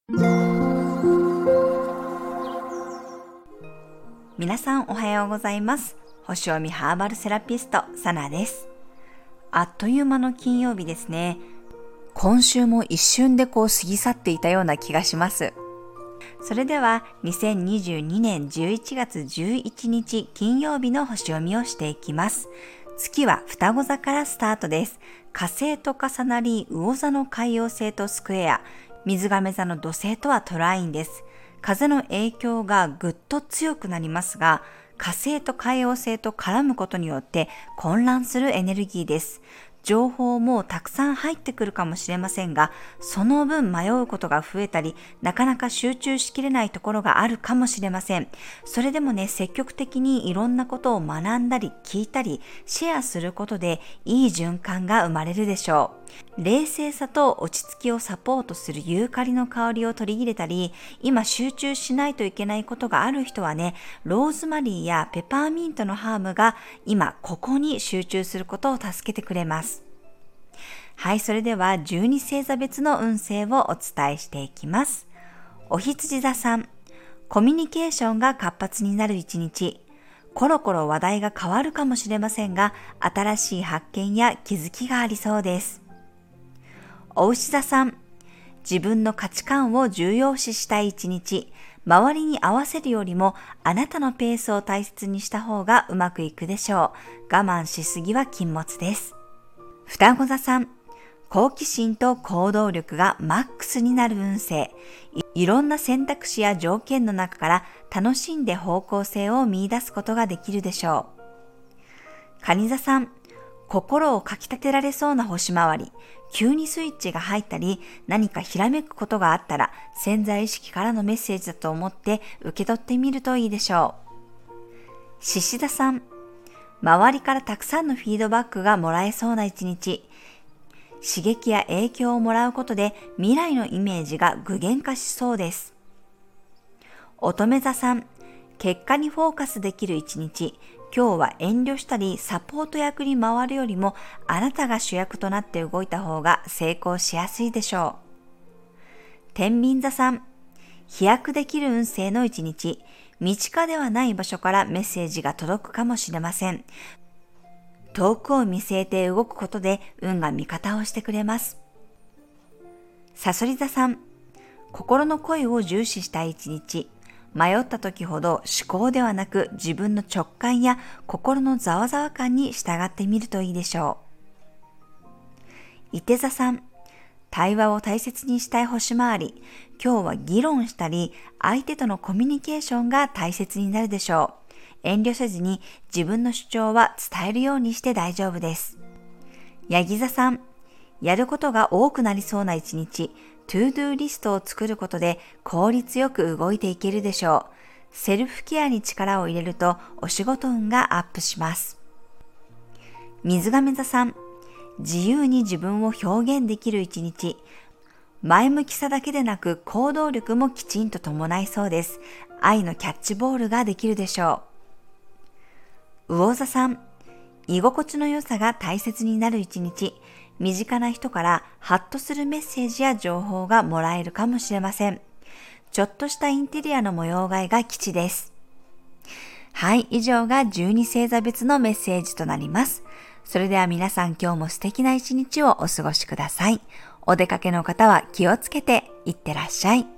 皆さんおはようございます。星読みハーバルセラピストサナです。あっという間の金曜日ですね。今週も一瞬で過ぎ去っていたような気がします。それでは2022年11月11日金曜日の星読みをしていきます。月は双子座からスタートです。火星と重なり、魚座の海王星とスクエア、水亀座の土星とはトラインです。風の影響がぐっと強くなりますが、火星と海王星と絡むことによって混乱するエネルギーです。情報もたくさん入ってくるかもしれませんが、その分迷うことが増えたり、なかなか集中しきれないところがあるかもしれません。それでもね、積極的にいろんなことを学んだり、聞いたり、シェアすることでいい循環が生まれるでしょう。冷静さと落ち着きをサポートするユーカリの香りを取り入れたり、今集中しないといけないことがある人はね、ローズマリーやペパーミントのハーブが今ここに集中することを助けてくれます。はい、それでは12星座別の運勢をお伝えしていきます。お羊座さん、コミュニケーションが活発になる一日。コロコロ話題が変わるかもしれませんが、新しい発見や気づきがありそうです。お牛座さん、自分の価値観を重要視したい一日。周りに合わせるよりもあなたのペースを大切にした方がうまくいくでしょう。我慢しすぎは禁物です。双子座さん、好奇心と行動力がマックスになる運勢。いろんな選択肢や条件の中から楽しんで方向性を見出すことができるでしょう。蟹座さん、心をかき立てられそうな星回り。急にスイッチが入ったり、何かひらめくことがあったら、潜在意識からのメッセージだと思って受け取ってみるといいでしょう。獅子座さん、周りからたくさんのフィードバックがもらえそうな一日。刺激や影響をもらうことで未来のイメージが具現化しそうです。乙女座さん、結果にフォーカスできる一日。今日は遠慮したりサポート役に回るよりもあなたが主役となって動いた方が成功しやすいでしょう。天秤座さん、飛躍できる運勢の一日。身近ではない場所からメッセージが届くかもしれません。遠くを見据えて動くことで運が味方をしてくれます。蠍座さん、心の声を重視した一日。迷った時ほど思考ではなく自分の直感や心のざわざわ感に従ってみるといいでしょう。射手座さん、対話を大切にしたい星回り。今日は議論したり相手とのコミュニケーションが大切になるでしょう。遠慮せずに自分の主張は伝えるようにして大丈夫です。ヤギ座さん、やることが多くなりそうな一日。トゥードゥーリストを作ることで効率よく動いていけるでしょう。セルフケアに力を入れるとお仕事運がアップします。水亀座さん、自由に自分を表現できる一日。前向きさだけでなく行動力もきちんと伴いそうです。愛のキャッチボールができるでしょう。魚座さん、居心地の良さが大切になる一日。身近な人からハッとするメッセージや情報がもらえるかもしれません。ちょっとしたインテリアの模様替えが吉です。はい、以上が12星座別のメッセージとなります。それでは皆さん今日も素敵な一日をお過ごしください。お出かけの方は気をつけていってらっしゃい。